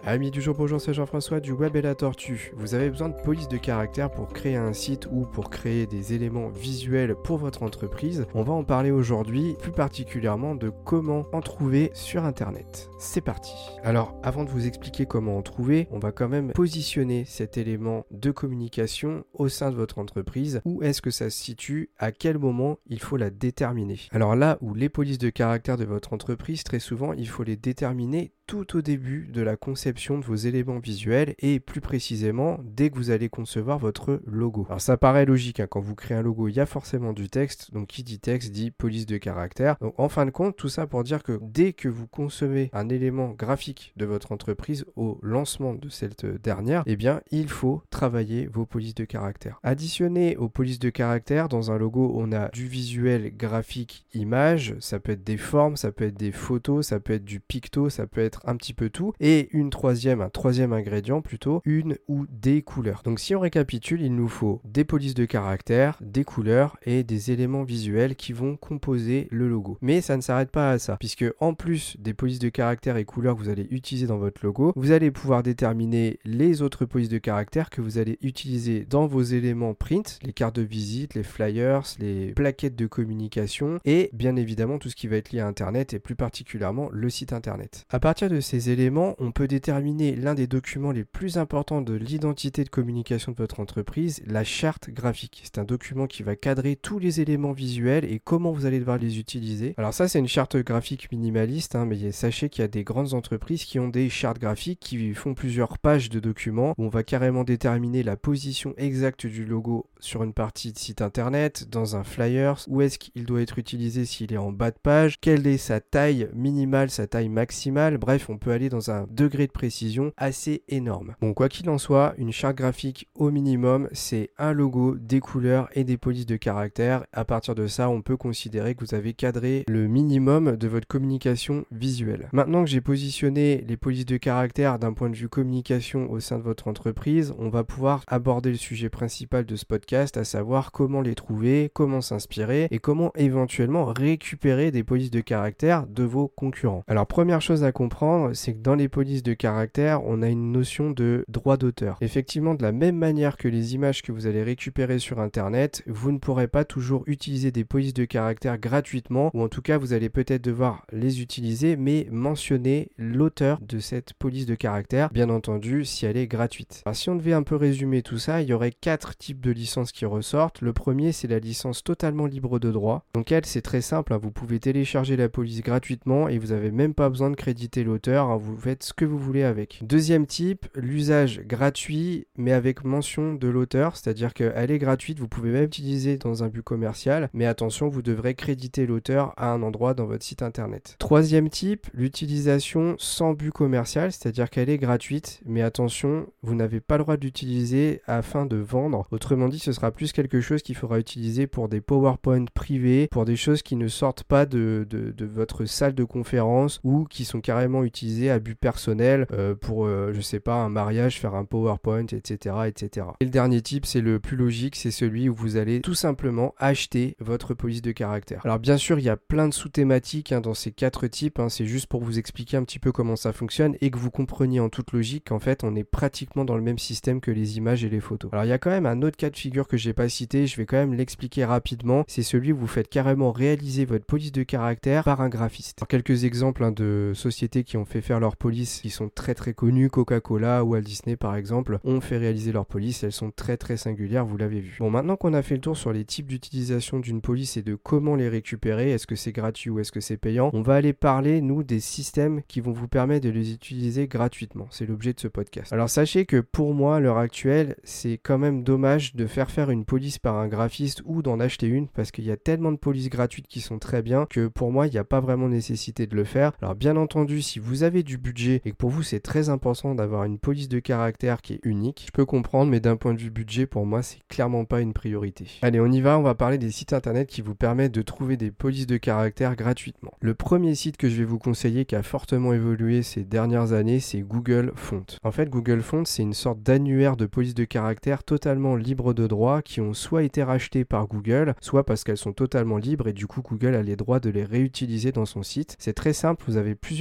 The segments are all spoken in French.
Amis du jour, bonjour, c'est Jean-François du Web et la Tortue. Vous avez besoin de police de caractère pour créer un site ou pour créer des éléments visuels pour votre entreprise. On va en parler aujourd'hui, plus particulièrement de comment en trouver sur Internet. C'est parti. Alors, avant de vous expliquer comment en trouver, on va quand même positionner cet élément de communication au sein de votre entreprise. Où est-ce que ça se situe? À quel moment il faut la déterminer? Alors là où les polices de caractère de votre entreprise, très souvent, il faut les déterminer tout au début de la conception de vos éléments visuels et plus précisément dès que vous allez concevoir votre logo. Alors ça paraît logique, quand vous créez un logo, il y a forcément du texte, donc qui dit texte dit police de caractère. Donc en fin de compte, tout ça pour dire que dès que vous concevez un élément graphique de votre entreprise au lancement de cette dernière, eh bien il faut travailler vos polices de caractère. Additionné aux polices de caractère, dans un logo, on a du visuel graphique image, ça peut être des formes, ça peut être des photos, ça peut être du picto, ça peut être un petit peu tout, et un troisième ingrédient plutôt, une ou des couleurs. Donc si on récapitule, il nous faut des polices de caractère, des couleurs et des éléments visuels qui vont composer le logo. Mais ça ne s'arrête pas à ça, puisque en plus des polices de caractère et couleurs que vous allez utiliser dans votre logo, vous allez pouvoir déterminer les autres polices de caractère que vous allez utiliser dans vos éléments print, les cartes de visite, les flyers, les plaquettes de communication et bien évidemment tout ce qui va être lié à Internet et plus particulièrement le site Internet. À partir de ces éléments, on peut déterminer l'un des documents les plus importants de l'identité de communication de votre entreprise, la charte graphique. C'est un document qui va cadrer tous les éléments visuels et comment vous allez devoir les utiliser. Alors ça, c'est une charte graphique minimaliste, mais sachez qu'il y a des grandes entreprises qui ont des chartes graphiques qui font plusieurs pages de documents où on va carrément déterminer la position exacte du logo sur une partie de site internet, dans un flyer, où est-ce qu'il doit être utilisé s'il est en bas de page, quelle est sa taille minimale, sa taille maximale, bref, on peut aller dans un degré de précision assez énorme. Bon, quoi qu'il en soit, une charte graphique au minimum, c'est un logo, des couleurs et des polices de caractère. À partir de ça, on peut considérer que vous avez cadré le minimum de votre communication visuelle. Maintenant que j'ai positionné les polices de caractère d'un point de vue communication au sein de votre entreprise, on va pouvoir aborder le sujet principal de ce podcast, à savoir comment les trouver, comment s'inspirer et comment éventuellement récupérer des polices de caractère de vos concurrents. Alors, première chose à comprendre, c'est que dans les polices de caractère, on a une notion de droit d'auteur. Effectivement, de la même manière que les images que vous allez récupérer sur Internet, vous ne pourrez pas toujours utiliser des polices de caractère gratuitement, ou en tout cas, vous allez peut-être devoir les utiliser, mais mentionner l'auteur de cette police de caractère, bien entendu, si elle est gratuite. Alors, si on devait un peu résumer tout ça, il y aurait 4 types de licences qui ressortent. Le premier, c'est la licence totalement libre de droit. Donc elle, c'est très simple, vous pouvez télécharger la police gratuitement et vous n'avez même pas besoin de créditer l'auteur, vous faites ce que vous voulez avec. Deuxième type, l'usage gratuit mais avec mention de l'auteur, c'est-à-dire qu'elle est gratuite, vous pouvez même l'utiliser dans un but commercial, mais attention, vous devrez créditer l'auteur à un endroit dans votre site internet. Troisième type, l'utilisation sans but commercial, c'est-à-dire qu'elle est gratuite, mais attention, vous n'avez pas le droit de l'utiliser afin de vendre. Autrement dit, ce sera plus quelque chose qu'il faudra utiliser pour des PowerPoint privés, pour des choses qui ne sortent pas de votre salle de conférence ou qui sont carrément utilisées à but personnel pour, je sais pas, un mariage, faire un PowerPoint, etc., etc. Et le dernier type, c'est le plus logique, c'est celui où vous allez tout simplement acheter votre police de caractère. Alors bien sûr, il y a plein de sous-thématiques dans ces 4 types, c'est juste pour vous expliquer un petit peu comment ça fonctionne et que vous compreniez en toute logique qu'en fait, on est pratiquement dans le même système que les images et les photos. Alors il y a quand même un autre cas de figure que j'ai pas cité, je vais quand même l'expliquer rapidement, c'est celui où vous faites carrément réaliser votre police de caractère par un graphiste. Alors, quelques exemples de sociétés qui ont fait faire leur police qui sont très très connues, Coca-Cola ou Walt Disney par exemple, ont fait réaliser leur police, elles sont très très singulières, vous l'avez vu. Bon, maintenant qu'on a fait le tour sur les types d'utilisation d'une police et de comment les récupérer, est-ce que c'est gratuit ou est-ce que c'est payant, on va aller parler, nous, des systèmes qui vont vous permettre de les utiliser gratuitement. C'est l'objet de ce podcast. Alors sachez que pour moi, à l'heure actuelle, c'est quand même dommage de faire une police par un graphiste ou d'en acheter une parce qu'il y a tellement de polices gratuites qui sont très bien que pour moi, il n'y a pas vraiment nécessité de le faire. Alors bien entendu, si vous avez du budget et que pour vous c'est très important d'avoir une police de caractère qui est unique, je peux comprendre, mais d'un point de vue budget, pour moi c'est clairement pas une priorité. Allez, on y va, on va parler des sites internet qui vous permettent de trouver des polices de caractère gratuitement. Le premier site que je vais vous conseiller qui a fortement évolué ces dernières années, c'est Google Font. En fait, Google Font, c'est une sorte d'annuaire de polices de caractère totalement libre de droit qui ont soit été rachetées par Google, soit parce qu'elles sont totalement libres et du coup Google a les droits de les réutiliser dans son site. C'est très simple, vous avez plusieurs méthodes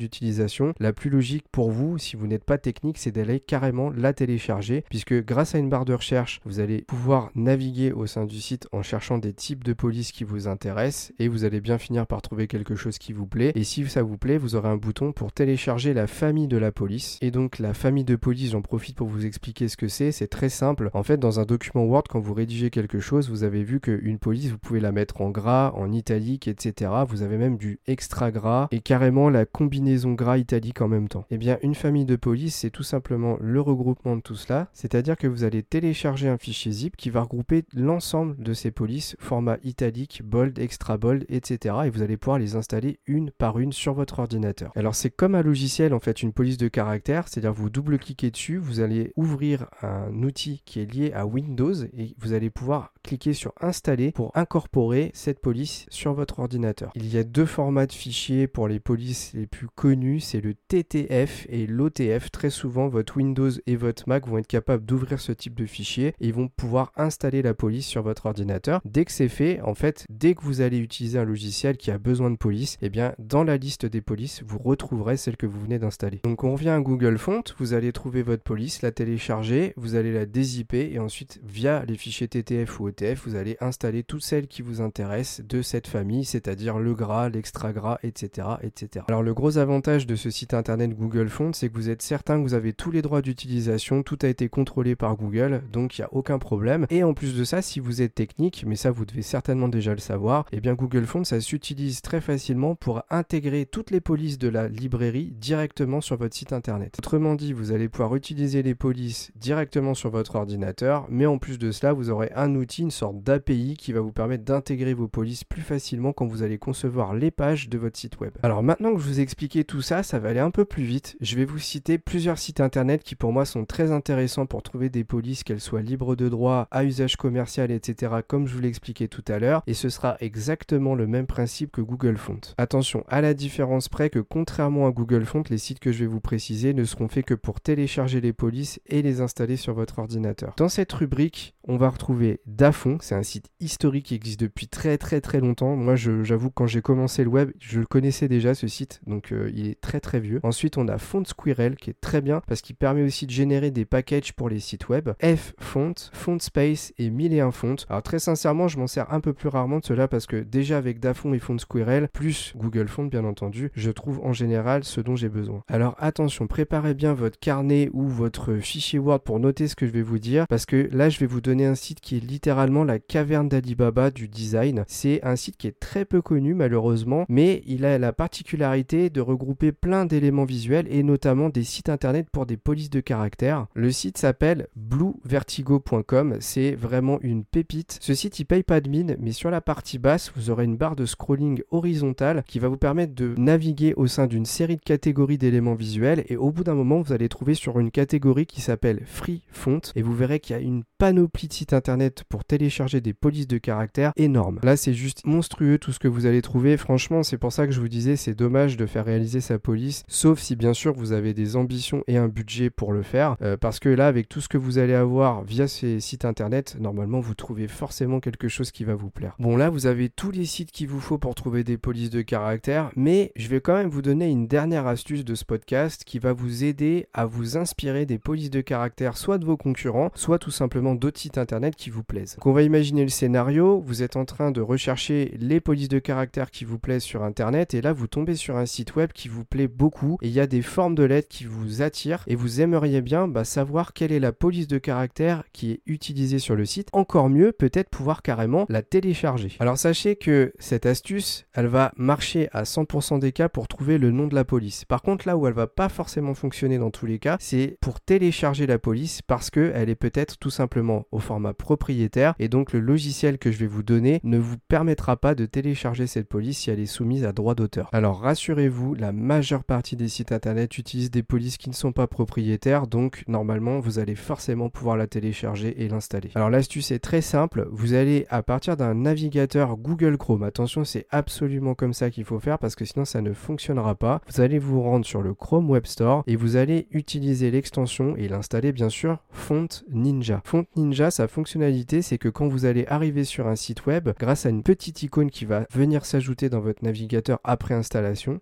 d'utilisation, la plus logique pour vous, si vous n'êtes pas technique, c'est d'aller carrément la télécharger, puisque grâce à une barre de recherche, vous allez pouvoir naviguer au sein du site en cherchant des types de police qui vous intéressent, et vous allez bien finir par trouver quelque chose qui vous plaît. Et si ça vous plaît, vous aurez un bouton pour télécharger la famille de la police. Et donc la famille de police, j'en profite pour vous expliquer ce que c'est très simple. En fait, dans un document Word, quand vous rédigez quelque chose, vous avez vu qu'une police, vous pouvez la mettre en gras, en italique, etc. Vous avez même du extra gras et carrément la combinaison gras-italique en même temps. Et bien, une famille de police, c'est tout simplement le regroupement de tout cela, c'est-à-dire que vous allez télécharger un fichier zip qui va regrouper l'ensemble de ces polices, format italique, bold, extra bold, etc. et vous allez pouvoir les installer une par une sur votre ordinateur. Alors c'est comme un logiciel en fait, une police de caractère, c'est-à-dire vous double-cliquez dessus, vous allez ouvrir un outil qui est lié à Windows et vous allez pouvoir cliquer sur installer pour incorporer cette police sur votre ordinateur. Il y a deux formats de fichiers pour les polices les plus connus, c'est le TTF et l'OTF. Très souvent votre Windows et votre Mac vont être capables d'ouvrir ce type de fichier et ils vont pouvoir installer la police sur votre ordinateur. Dès que c'est fait, en fait, dès que vous allez utiliser un logiciel qui a besoin de police, eh bien dans la liste des polices, vous retrouverez celle que vous venez d'installer. Donc on revient à Google Font, vous allez trouver votre police, la télécharger, vous allez la dézipper et ensuite via les fichiers TTF ou OTF, vous allez installer toutes celles qui vous intéressent de cette famille, c'est-à-dire le gras, l'extra gras, etc., etc. Alors le gros avantage de ce site internet Google Font, c'est que vous êtes certain que vous avez tous les droits d'utilisation, tout a été contrôlé par Google, donc il n'y a aucun problème. Et en plus de ça, si vous êtes technique, mais ça vous devez certainement déjà le savoir, eh bien Google Font, ça s'utilise très facilement pour intégrer toutes les polices de la librairie directement sur votre site internet. Autrement dit, vous allez pouvoir utiliser les polices directement sur votre ordinateur, mais en plus de cela, vous aurez un outil, une sorte d'API qui va vous permettre d'intégrer vos polices plus facilement quand vous allez concevoir les pages de votre site web. Alors maintenant que je vous ai expliqué tout ça, ça va aller un peu plus vite. Je vais vous citer plusieurs sites internet qui pour moi sont très intéressants pour trouver des polices, qu'elles soient libres de droit, à usage commercial, etc. comme je vous l'ai expliqué tout à l'heure, et ce sera exactement le même principe que Google Font. Attention, à la différence près que contrairement à Google Font, les sites que je vais vous préciser ne seront faits que pour télécharger les polices et les installer sur votre ordinateur. Dans cette rubrique, on va retrouver Dafont, c'est un site historique qui existe depuis très longtemps. Moi j'avoue que quand j'ai commencé le web, je le connaissais déjà ce site, donc il est très vieux. Ensuite on a FontSquirrel qui est très bien parce qu'il permet aussi de générer des packages pour les sites web. F-Font, FontSpace et 1001 Font. Alors très sincèrement je m'en sers un peu plus rarement de cela parce que déjà avec Dafont et FontSquirrel, plus Google Font bien entendu, je trouve en général ce dont j'ai besoin. Alors attention, préparez bien votre carnet ou votre fichier Word pour noter ce que je vais vous dire parce que là je vais vous donner un site qui est littéralement la caverne d'Alibaba du design. C'est un site qui est très peu connu malheureusement, mais il a la particularité de regrouper plein d'éléments visuels et notamment des sites internet pour des polices de caractère. Le site s'appelle bluevertigo.com, c'est vraiment une pépite. Ce site il paye pas de mine, mais sur la partie basse vous aurez une barre de scrolling horizontale qui va vous permettre de naviguer au sein d'une série de catégories d'éléments visuels et au bout d'un moment vous allez trouver sur une catégorie qui s'appelle Free Font et vous verrez qu'il y a une panoplie de sites internet pour télécharger des polices de caractère énorme. Là c'est juste monstrueux tout ce que vous allez trouver, franchement c'est pour ça que je vous disais c'est dommage de faire réaliser sa police, sauf si bien sûr vous avez des ambitions et un budget pour le faire, parce que là avec tout ce que vous allez avoir via ces sites internet, normalement vous trouvez forcément quelque chose qui va vous plaire. Bon là vous avez tous les sites qu'il vous faut pour trouver des polices de caractère, mais je vais quand même vous donner une dernière astuce de ce podcast qui va vous aider à vous inspirer des polices de caractère soit de vos concurrents, soit tout simplement d'autres sites internet qui vous plaisent. Donc on va imaginer le scénario, vous êtes en train de rechercher les polices de caractère qui vous plaisent sur internet et là vous tombez sur un site web qui vous plaît beaucoup et il y a des formes de lettres qui vous attirent et vous aimeriez bien savoir quelle est la police de caractère qui est utilisée sur le site, encore mieux peut-être pouvoir carrément la télécharger. Alors sachez que cette astuce elle va marcher à 100% des cas pour trouver le nom de la police. Par contre là où elle va pas forcément fonctionner dans tous les cas, c'est pour télécharger la police parce qu'elle est peut-être tout simplement au format propriétaire et donc le logiciel que je vais vous donner ne vous permettra pas de télécharger cette police si elle est soumise à droit d'auteur. Alors rassurez-vous, la majeure partie des sites internet utilisent des polices qui ne sont pas propriétaires, donc normalement vous allez forcément pouvoir la télécharger et l'installer. Alors l'astuce est très simple, vous allez à partir d'un navigateur Google Chrome, attention c'est absolument comme ça qu'il faut faire parce que sinon ça ne fonctionnera pas, vous allez vous rendre sur le Chrome Web Store et vous allez utiliser l'extension et l'installer bien sûr Font Ninja. Font Ninja, sa fonctionnalité c'est que quand vous allez arriver sur un site web, grâce à une petite icône qui va venir s'ajouter dans votre navigateur après installation, eh bien elle va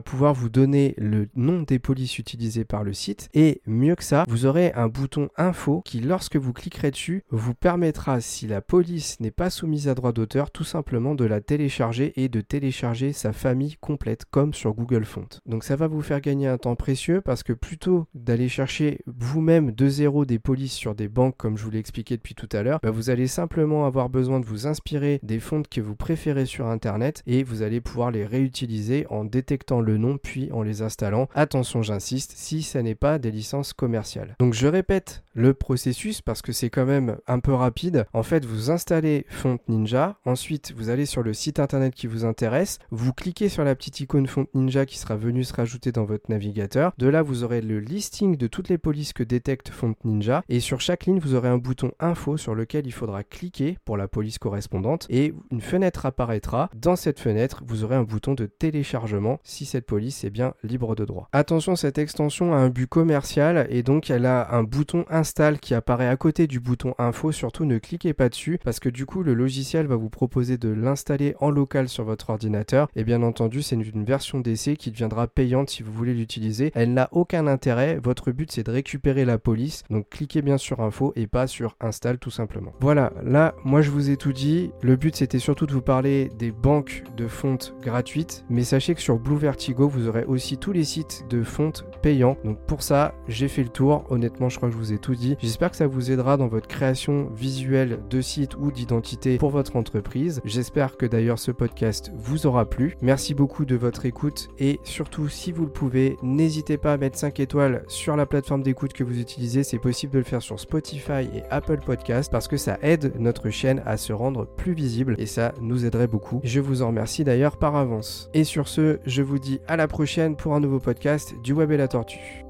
pouvoir vous donner le nom des polices utilisées par le site et mieux que ça, vous aurez un bouton info qui, lorsque vous cliquerez dessus, vous permettra, si la police n'est pas soumise à droit d'auteur, tout simplement de la télécharger et de télécharger sa famille complète comme sur Google Fonts. Donc ça va vous faire gagner un temps précieux parce que plutôt d'aller chercher vous-même de zéro des polices sur des banques comme je vous l'ai expliqué depuis tout à l'heure, vous allez simplement avoir besoin de vous inspirer des fonts que vous préférez sur internet et vous allez pouvoir les réutiliser en détectant le nom puis en les installant. Attention, j'insiste, si ça n'est pas des licences commerciales. Donc je répète le processus parce que c'est quand même un peu rapide. En fait, vous installez Font Ninja, ensuite vous allez sur le site internet qui vous intéresse, vous cliquez sur la petite icône Font Ninja qui sera venue se rajouter dans votre navigateur. De là, vous aurez le listing de toutes les polices que détecte Font Ninja et sur chaque ligne, vous aurez un bouton info sur lequel il faudra cliquer pour la police correspondante et une fenêtre apparaîtra. Dans cette fenêtre, vous aurez un bouton de téléchargement si cette police est bien libre de droit. Attention, cette extension a un but commercial et donc elle a un bouton install qui apparaît à côté du bouton info. Surtout ne cliquez pas dessus parce que du coup le logiciel va vous proposer de l'installer en local sur votre ordinateur et bien entendu c'est une version d'essai qui deviendra payante si vous voulez l'utiliser. Elle n'a aucun intérêt, votre but c'est de récupérer la police, donc cliquez bien sur info et pas sur install tout simplement. Voilà, là moi je vous ai tout dit, le but c'était surtout de vous parler des banques de fontes gratuites, mais sachez que sur Blue Vertigo vous aurez aussi tous les sites de fontes payants, donc pour ça j'ai fait le tour, honnêtement je crois que je vous ai tout dit. J'espère que ça vous aidera dans votre création visuelle de site ou d'identité pour votre entreprise. J'espère que d'ailleurs ce podcast vous aura plu. Merci beaucoup de votre écoute et surtout si vous le pouvez, n'hésitez pas à mettre 5 étoiles sur la plateforme d'écoute que vous utilisez. C'est possible de le faire sur Spotify et Apple Podcast parce que ça aide notre chaîne à se rendre plus visible et ça nous aiderait beaucoup. Je vous en remercie d'ailleurs par avance. Et sur ce, je vous dis à la prochaine pour un nouveau podcast du Web et la Tortue.